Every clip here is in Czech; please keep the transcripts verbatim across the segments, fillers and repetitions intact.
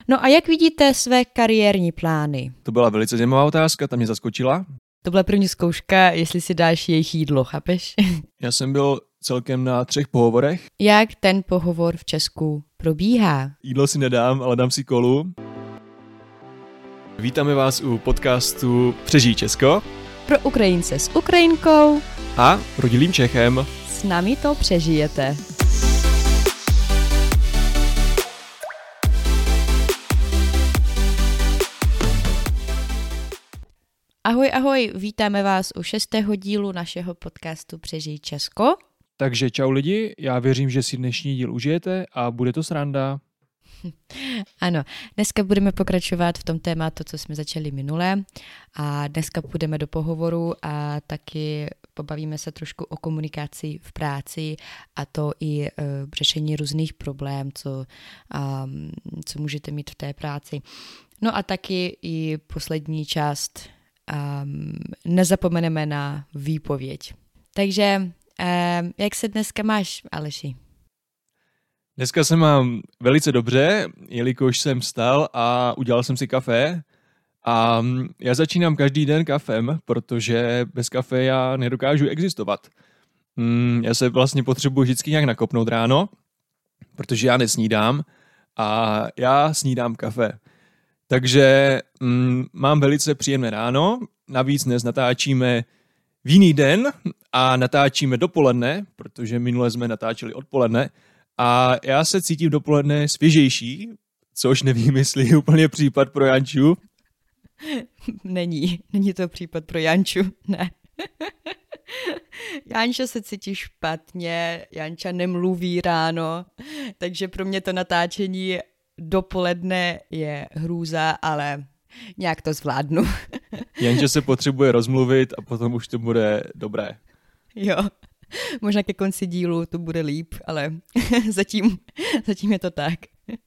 No a jak vidíte své kariérní plány? To byla velice zajímavá otázka, ta mě zaskočila. To byla první zkouška, jestli si dáš jejich jídlo, chápeš? Já jsem byl celkem na třech pohovorech. Jak ten pohovor v Česku probíhá? Jídlo si nedám, ale dám si kolu. Vítáme vás u podcastu Přežij Česko. Pro Ukrajince s Ukrajinkou A rodilým Čechem. S námi to přežijete. Ahoj, ahoj, vítáme vás u šestého dílu našeho podcastu Přežij Česko. Takže čau lidi, já věřím, že si dnešní díl užijete a bude to sranda. Ano, dneska budeme pokračovat v tom tématu, co jsme začali minule, a dneska půjdeme do pohovoru a taky pobavíme se trošku o komunikaci v práci, a to i uh, řešení různých problémů, co, um, co můžete mít v té práci. No a taky i poslední část, um, nezapomeneme na výpověď. Takže um, jak se dneska máš, Aleši? Dneska se mám velice dobře, jelikož jsem vstal a udělal jsem si kafe. A já začínám každý den kafem, protože bez kafe já nedokážu existovat. Já se vlastně potřebuji vždycky nějak nakopnout ráno, protože já nesnídám a já snídám kafe. Takže mm, mám velice příjemné ráno, navíc dnes natáčíme v jiný den a natáčíme dopoledne, protože minule jsme natáčeli odpoledne. A já se cítím dopoledne svěžejší, což nevím, jestli je úplně případ pro Janču. Není, není to případ pro Janču, ne. Janča se cítí špatně, Janča nemluví ráno, takže pro mě to natáčení dopoledne je hrůza, ale nějak to zvládnu. Janča se potřebuje rozmluvit a potom už to bude dobré. Jo. Možná ke konci dílu to bude líp, ale zatím, zatím je to tak.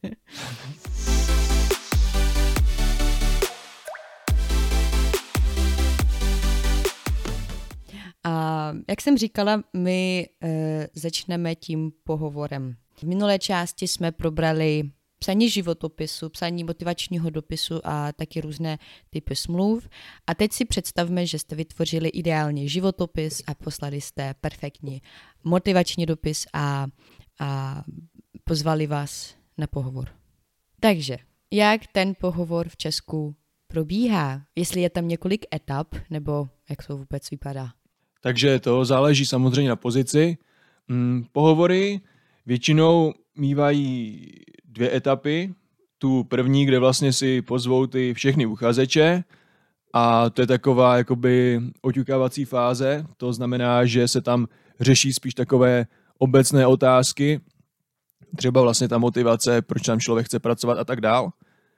A jak jsem říkala, my e, začneme tím pohovorem. V minulé části jsme probrali psaní životopisu, psaní motivačního dopisu a taky různé typy smluv. A teď si představme, že jste vytvořili ideálně životopis a poslali jste perfektní motivační dopis a, a pozvali vás na pohovor. Takže, jak ten pohovor v Česku probíhá? Jestli je tam několik etap, nebo jak to vůbec vypadá? Takže to záleží samozřejmě na pozici. Hmm, pohovory většinou mívají dvě etapy. Tu první, kde vlastně si pozvou ty všechny uchazeče, a to je taková jakoby oťukávací fáze. To znamená, že se tam řeší spíš takové obecné otázky, třeba vlastně ta motivace, proč tam člověk chce pracovat a tak dál.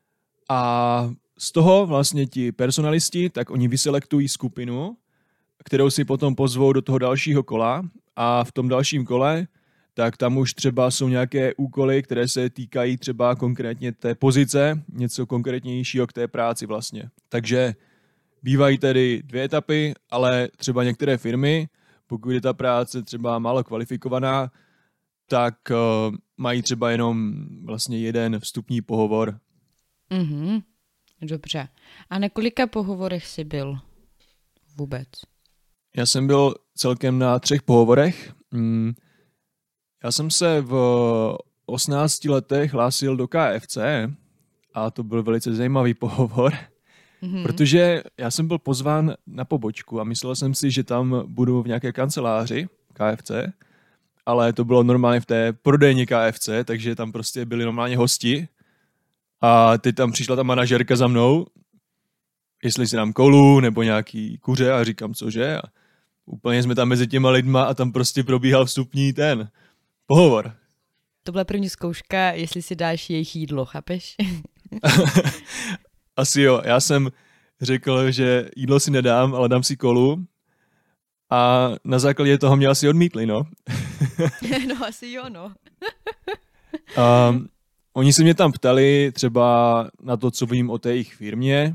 A z toho vlastně ti personalisti, tak oni vyselektují skupinu, kterou si potom pozvou do toho dalšího kola, a v tom dalším kole tak tam už třeba jsou nějaké úkoly, které se týkají třeba konkrétně té pozice, něco konkrétnějšího k té práci vlastně. Takže bývají tedy dvě etapy, ale třeba některé firmy, pokud je ta práce třeba málo kvalifikovaná, tak uh, mají třeba jenom vlastně jeden vstupní pohovor. Mhm, dobře. A na kolika pohovorech jsi byl vůbec? Já jsem byl celkem na třech pohovorech. Hmm. Já jsem se v osmnácti letech hlásil do K F C a to byl velice zajímavý pohovor, mm-hmm. protože já jsem byl pozván na pobočku a myslel jsem si, že tam budu v nějaké kanceláři K F C, ale to bylo normálně v té prodejně K F C, takže tam prostě byli normálně hosti a teď tam přišla ta manažerka za mnou, jestli si dám kolu nebo nějaký kuře, a říkám cože, a úplně jsme tam mezi těma lidma a tam prostě probíhal vstupní ten pohovor. To byla první zkouška, jestli si dáš jejich jídlo, chápeš? Asi jo, já jsem řekl, že jídlo si nedám, ale dám si kolu, a na základě toho mě asi odmítli, no. No asi jo, no. A oni se mě tam ptali třeba na to, co vím o té jejich firmě,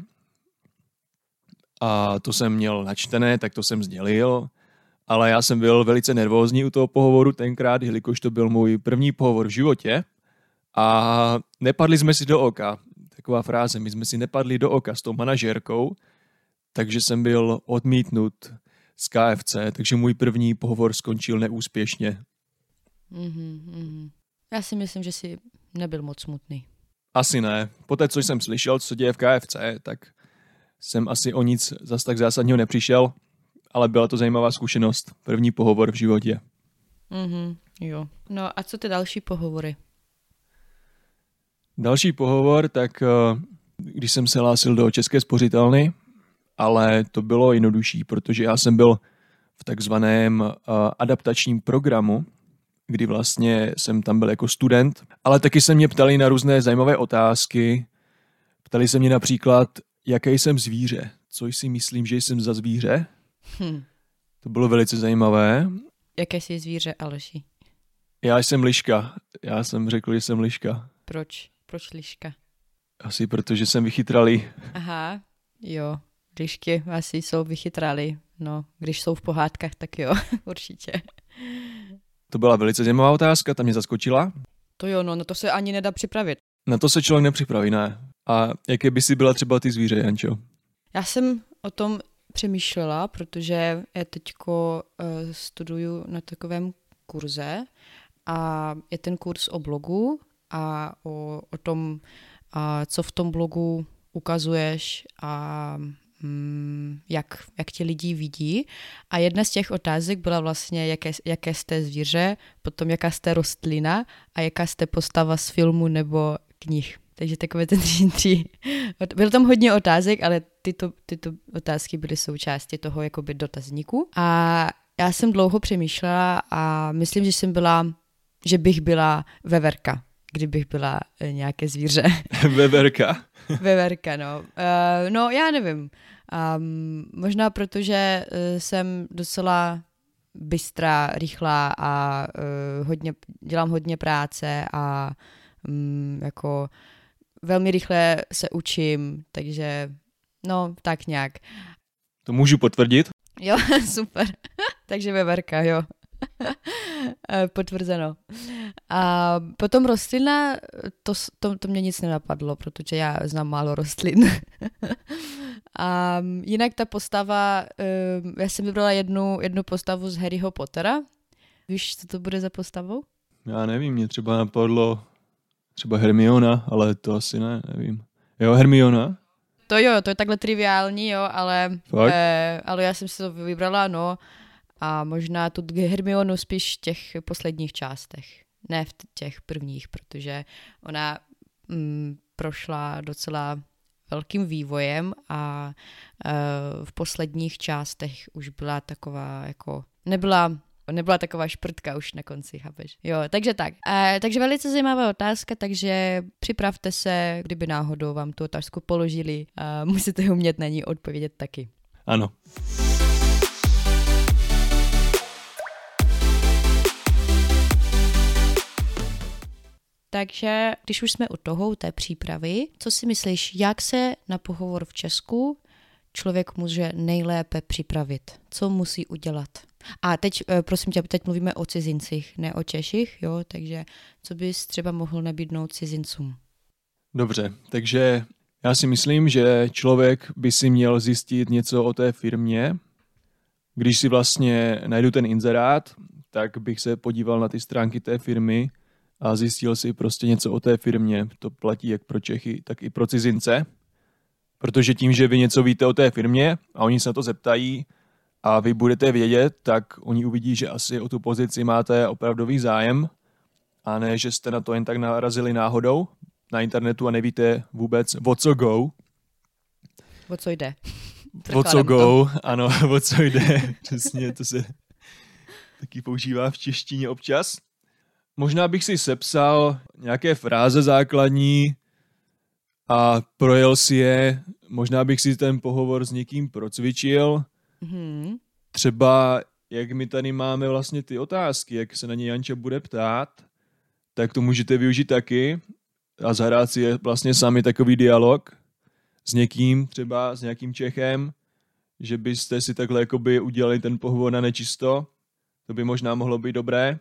a to jsem měl načtené, tak to jsem sdělil. Ale já jsem byl velice nervózní u toho pohovoru tenkrát, jelikož to byl můj první pohovor v životě a nepadli jsme si do oka. taková fráze, my jsme si nepadli do oka s tou manažérkou, takže jsem byl odmítnut z K F C, takže můj první pohovor skončil neúspěšně. Mm-hmm, mm-hmm. Já si myslím, že jsi nebyl moc smutný. Asi ne. Poté, co jsem slyšel, co se děje v K F C, tak jsem asi o nic zas tak zásadního nepřišel, ale byla to zajímavá zkušenost. První pohovor v životě. Mm-hmm, jo. No a co ty další pohovory? Další pohovor, tak když jsem se hlásil do České spořitelny, ale to bylo jednodušší, protože já jsem byl v takzvaném adaptačním programu, kdy vlastně jsem tam byl jako student, ale taky se mě ptali na různé zajímavé otázky. Ptali se mě například, jaké jsem zvíře, co si myslím, že jsem za zvíře. Hm. To bylo velice zajímavé. Jaké jsi zvíře, Aleši? Já jsem liška. Já jsem řekl, že jsem liška. Proč? Proč liška? Asi protože jsem vychytralý. Aha, jo. Lišky asi jsou vychytralý. No, když jsou v pohádkách, tak jo, určitě. To byla velice zajímavá otázka, ta mě zaskočila. To jo, no, na to se ani nedá připravit. Na to se člověk nepřipraví, ne. A jaké by si byla třeba ty zvíře, Jančo? Já jsem o tom přemýšlela, protože já teďko uh, studuju na takovém kurze a je ten kurz o blogu a o, o tom, uh, co v tom blogu ukazuješ a um, jak, jak tě lidi vidí. A jedna z těch otázek byla vlastně, jaké, jaké jste zvíře, potom jaká jste rostlina a jaká jste postava z filmu nebo knih. Takže takové ty tři, tři. Bylo tam hodně otázek, ale tyto, tyto otázky byly součástí toho jakoby dotazníku. A já jsem dlouho přemýšlela a myslím, že jsem byla, že bych byla veverka, kdybych byla nějaké zvíře. Veverka? Veverka, no. Uh, no, já nevím. Um, možná protože uh, jsem docela bystrá, rychlá a uh, hodně, dělám hodně práce a um, jako velmi rychle se učím, takže no, tak nějak. To můžu potvrdit? Jo, super. Takže veverka, jo. Potvrzeno. A potom rostlina, to, to, to mě nic nenapadlo, protože já znám málo rostlin. A jinak ta postava, já jsem vybrala jednu, jednu postavu z Harryho Pottera. Víš, co to bude za postavou? Já nevím, mě třeba napadlo třeba Hermiona, ale to asi ne, nevím. Jo, Hermiona? To jo, to je takhle triviální, jo, ale, eh, ale já jsem si to vybrala, no, a možná tu Hermionu spíš v těch posledních částech, ne v těch prvních, protože ona mm, prošla docela velkým vývojem a eh, v posledních částech už byla taková, jako, nebyla... Nebyla taková šprtka už na konci, chápeš? Jo, takže tak. E, takže velice zajímavá otázka, takže připravte se, kdyby náhodou vám tu otázku položili. E, musíte umět na ní odpovědět taky. Ano. Takže když už jsme u toho, u té přípravy, co si myslíš, jak se na pohovor v Česku člověk může nejlépe připravit? Co musí udělat? A teď, prosím tě, teď mluvíme o cizincích, ne o Češích, jo, takže co bys třeba mohl nabídnout cizincům? Dobře, takže já si myslím, že člověk by si měl zjistit něco o té firmě. Když si vlastně najdu ten inzerát, tak bych se podíval na ty stránky té firmy a zjistil si prostě něco o té firmě. To platí jak pro Čechy, tak i pro cizince. Protože tím, že vy něco víte o té firmě a oni se na to zeptají, a vy budete vědět, tak oni uvidí, že asi o tu pozici máte opravdový zájem a ne, že jste na to jen tak narazili náhodou na internetu a nevíte vůbec o co go. O co jde. O co go, ano, o co jde. Přesně, to se taky používá v češtině občas. Možná bych si sepsal nějaké fráze základní a projel si je. Možná bych si ten pohovor s někým procvičil. Hmm. Třeba, jak my tady máme vlastně ty otázky, jak se na ně Janča bude ptát, tak to můžete využít taky a zahrát si je vlastně sami takový dialog s někým, třeba s nějakým Čechem, že byste si takhle jakoby udělali ten pohovor na nečisto. To by možná mohlo být dobré.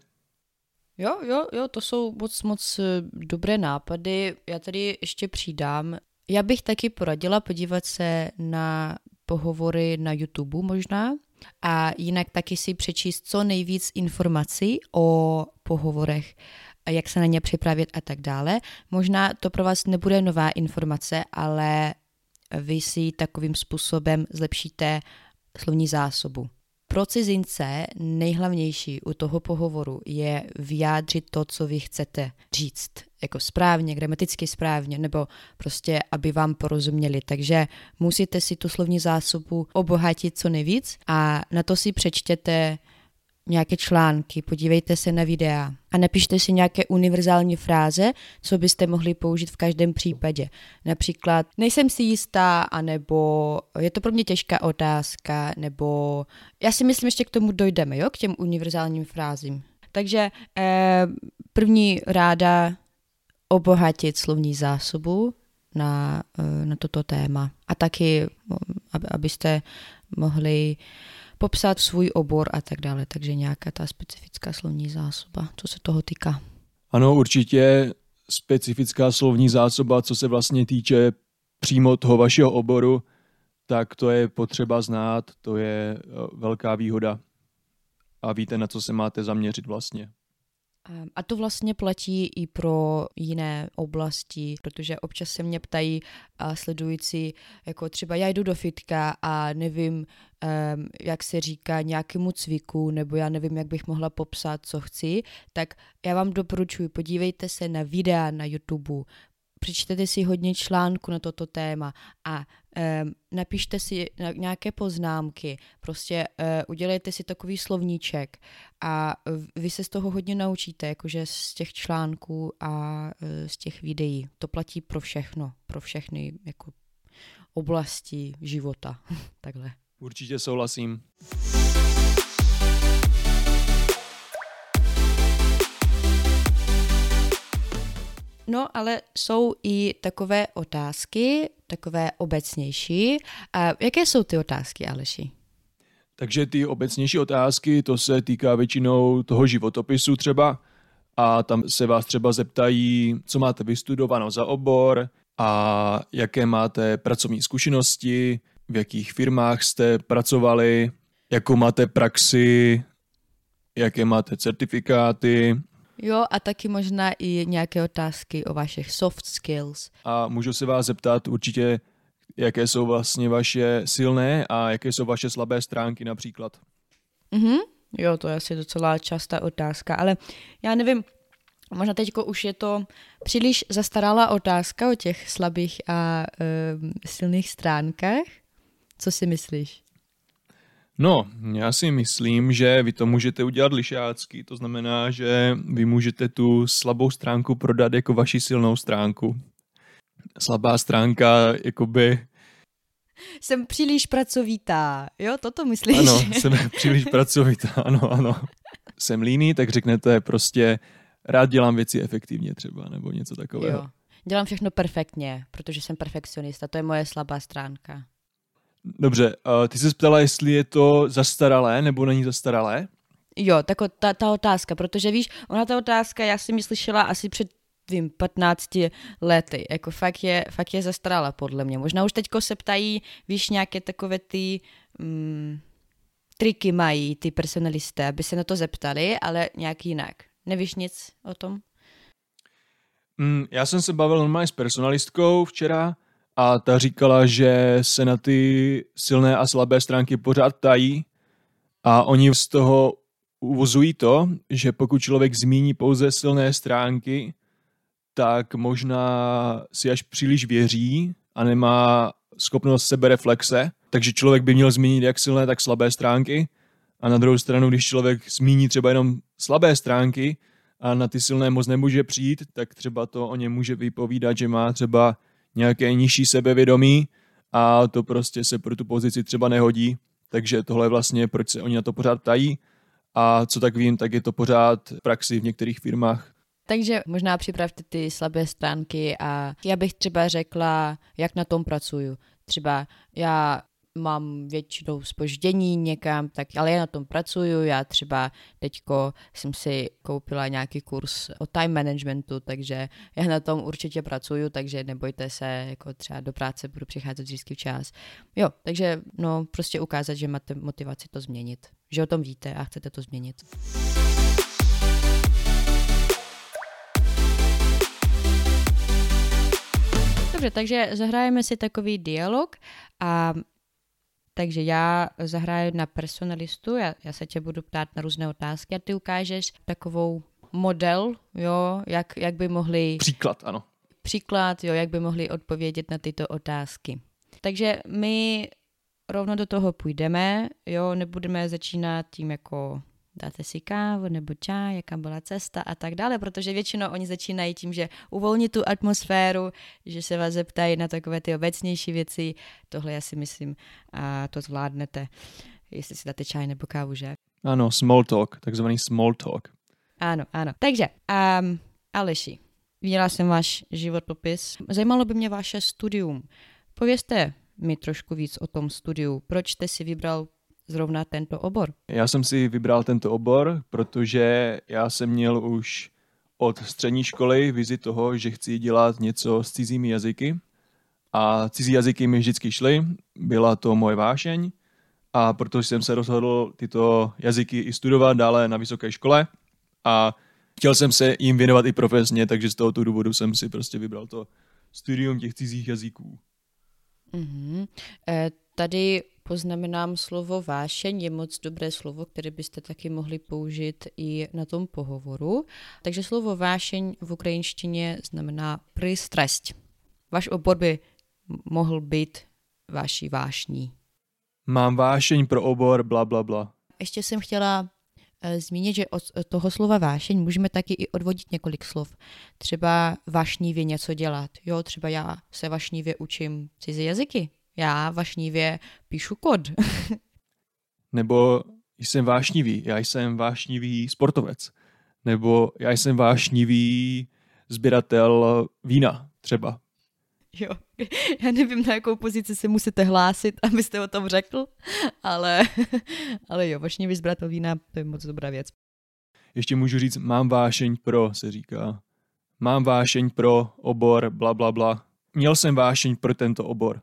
Jo, jo, jo, to jsou moc, moc dobré nápady. Já tady ještě přidám, Já bych taky poradila podívat se na pohovory na YouTube možná a jinak taky si přečíst co nejvíc informací o pohovorech, jak se na ně připravit a tak dále. Možná to pro vás nebude nová informace, ale vy si takovým způsobem zlepšíte slovní zásobu. Pro cizince nejhlavnější u toho pohovoru je vyjádřit to, co vy chcete říct, jako správně, gramaticky správně, nebo prostě, aby vám porozuměli. Takže musíte si tu slovní zásobu obohatit co nejvíc a na to si přečtěte nějaké články, podívejte se na videa a napište si nějaké univerzální fráze, co byste mohli použít v každém případě. Například nejsem si jistá, anebo je to pro mě těžká otázka, nebo já si myslím, ještě k tomu dojdeme, jo, k těm univerzálním frázím. Takže eh, první ráda obohatit slovní zásobu na, eh, na toto téma a taky, aby, abyste mohli popsat svůj obor a tak dále, takže nějaká ta specifická slovní zásoba, co se toho týká. Ano, určitě specifická slovní zásoba, co se vlastně týče přímo toho vašeho oboru, tak to je potřeba znát, to je velká výhoda a víte, na co se máte zaměřit vlastně. A to vlastně platí i pro jiné oblasti, protože občas se mě ptají a sledující, jako třeba já jdu do fitka a nevím, um, jak se říká nějakému cviku, nebo já nevím, jak bych mohla popsat, co chci, tak já vám doporučuji, podívejte se na videa na YouTube, přečtěte si hodně článků na toto téma a um, napište si nějaké poznámky, prostě uh, udělejte si takový slovníček a vy se z toho hodně naučíte, jakože z těch článků a uh, z těch videí. To platí pro všechno, pro všechny jako oblasti života. Takhle. Určitě souhlasím. No, ale jsou i takové otázky, takové obecnější. A jaké jsou ty otázky, Aleši? Takže ty obecnější otázky, to se týká většinou toho životopisu třeba a tam se vás třeba zeptají, co máte vystudováno za obor a jaké máte pracovní zkušenosti, v jakých firmách jste pracovali, jakou máte praxi, jaké máte certifikáty. Jo, a taky možná i nějaké otázky o vašich soft skills. A můžu se vás zeptat určitě, jaké jsou vlastně vaše silné a jaké jsou vaše slabé stránky například. Mhm, jo, to je asi docela častá otázka, ale já nevím, možná teďko už je to příliš zastaralá otázka o těch slabých a uh, silných stránkách. Co si myslíš? No, já si myslím, že vy to můžete udělat lišácky, to znamená, že vy můžete tu slabou stránku prodat jako vaši silnou stránku. Slabá stránka, jakoby... Jsem příliš pracovitá, jo, toto myslíš? Ano, jsem příliš pracovitá, ano, ano. Jsem líný, tak řeknete prostě rád dělám věci efektivně třeba, nebo něco takového. Jo, dělám všechno perfektně, protože jsem perfekcionista, to je moje slabá stránka. Dobře, uh, ty jsi ptala, jestli je to zastaralé, nebo není zastaralé? Jo, tak ta, ta otázka, protože víš, ona ta otázka, já jsem ji slyšela asi před vím, patnácti lety, jako fakt je, fakt je zastaralá podle mě. Možná už teďko se ptají, víš, nějaké takové ty mm, triky mají ty personalisté, aby se na to zeptali, ale nějak jinak. Nevíš nic o tom? Mm, já jsem se bavil normálně s personalistkou včera a ta říkala, že se na ty silné a slabé stránky pořád ptají a oni z toho uvozují to, že pokud člověk zmíní pouze silné stránky, tak možná si až příliš věří a nemá schopnost sebereflexe, takže člověk by měl zmínit jak silné, tak slabé stránky a na druhou stranu, když člověk zmíní třeba jenom slabé stránky a na ty silné moc nemůže přijít, tak třeba to o něm může vypovídat, že má třeba nějaké nižší sebevědomí a to prostě se pro tu pozici třeba nehodí, takže tohle je vlastně, proč se oni na to pořád ptají a co tak vím, tak je to pořád v praxi v některých firmách. Takže možná připravte ty slabé stránky a já bych třeba řekla, jak na tom pracuju. Třeba já mám většinou zpoždění někam, tak, ale já na tom pracuju, já třeba teďko jsem si koupila nějaký kurz o time managementu, takže já na tom určitě pracuju, takže nebojte se, jako třeba do práce budu přicházet vždycky včas. Jo, takže no prostě ukázat, že máte motivaci to změnit, že o tom víte a chcete to změnit. Dobře, takže zahrajeme si takový dialog a takže já zahraju na personalistu, já, já se tě budu ptát na různé otázky a ty ukážeš takovou model, jo, jak, jak by mohli... Příklad, ano. Příklad, jo, jak by mohli odpovědět na tyto otázky. Takže my rovno do toho půjdeme, jo, nebudeme začínat tím jako dáte si kávu nebo čaj, jaká byla cesta a tak dále, protože většinou oni začínají tím, že uvolní tu atmosféru, že se vás zeptají na takové ty obecnější věci. Tohle já si myslím, a to zvládnete, jestli si dáte čaj nebo kávu, že? Ano, small talk, takzvaný small talk. Ano, ano. Takže, um, Aleši, viděla jsem váš životopis. Zajímalo by mě vaše studium. Povězte mi trošku víc o tom studiu. Proč jste si vybral zrovna tento obor? Já jsem si vybral tento obor, protože já jsem měl už od střední školy vizi toho, že chci dělat něco s cizími jazyky. A cizí jazyky mi vždycky šly, byla to moje vášeň. A protože jsem se rozhodl tyto jazyky i studovat dále na vysoké škole. A chtěl jsem se jim věnovat i profesně, takže z tohoto důvodu jsem si prostě vybral to studium těch cizích jazyků. Mm-hmm. E, tady poznamenám slovo vášeň, je moc dobré slovo, které byste taky mohli použít i na tom pohovoru. Takže slovo vášeň v ukrajinštině znamená pристрасть. Váš obor by mohl být vaší vášní. Mám vášeň pro obor, bla, bla, bla. Ještě jsem chtěla e, zmínit, že od toho slova vášeň můžeme taky i odvodit několik slov. Třeba vášnivě něco dělat. Jo, třeba já se vášnivě učím cizí jazyky. Já vášnivě píšu kód. Nebo jsem vášnivý, já jsem vášnivý sportovec. Nebo já jsem vášnivý sběratel vína, třeba. Jo, já nevím, na jakou pozici se musíte hlásit, abyste o tom řekl, ale, ale jo, vášnivý sběratel vína, to je moc dobrá věc. Ještě můžu říct, mám vášeň pro, se říká. Mám vášeň pro obor, bla, bla, bla. Měl jsem vášeň pro tento obor.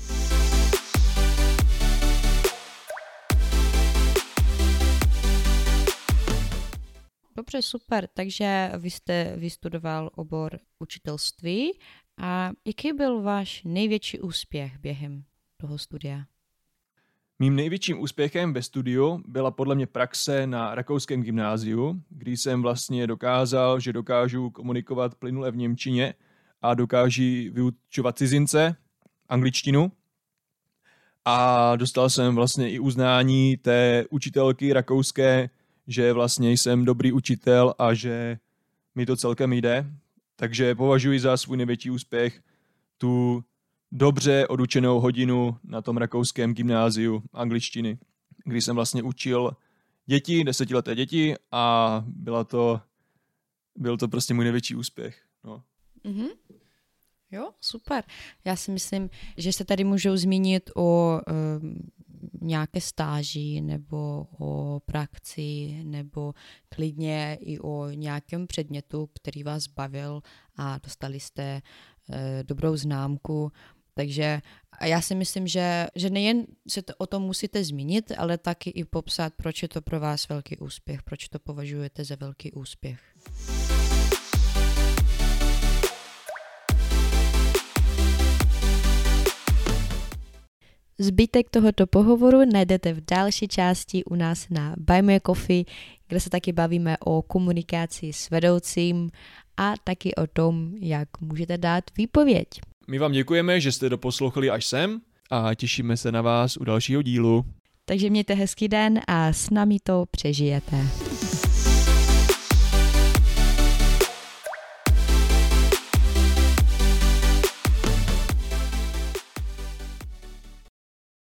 Dobře, super. Takže vy jste vystudoval obor učitelství. A jaký byl váš největší úspěch během toho studia? Mým největším úspěchem ve studiu byla podle mě praxe na rakouském gymnáziu, kdy jsem vlastně dokázal, že dokážu komunikovat plynule v němčině a dokážu vyučovat cizince, angličtinu. A dostal jsem vlastně i uznání té učitelky rakouské, že vlastně jsem dobrý učitel a že mi to celkem jde. Takže považuji za svůj největší úspěch tu dobře odučenou hodinu na tom rakouském gymnáziu angličtiny, kdy jsem vlastně učil děti, desetileté děti a byla to, byl to prostě můj největší úspěch. No. Mm-hmm. Jo, super. Já si myslím, že se tady můžou zmínit o um, nějaké stáži nebo o praxi nebo klidně i o nějakém předmětu, který vás bavil a dostali jste uh, dobrou známku. Takže já si myslím, že, že nejen se to, o tom musíte zmínit, ale taky i popsat, proč je to pro vás velký úspěch, proč to považujete za velký úspěch. Zbytek tohoto pohovoru najdete v další části u nás na Buy Me a Coffee, kde se taky bavíme o komunikaci s vedoucím a taky o tom, jak můžete dát výpověď. My vám děkujeme, že jste doposlouchali až sem a těšíme se na vás u dalšího dílu. Takže mějte hezký den a s námi to přežijete.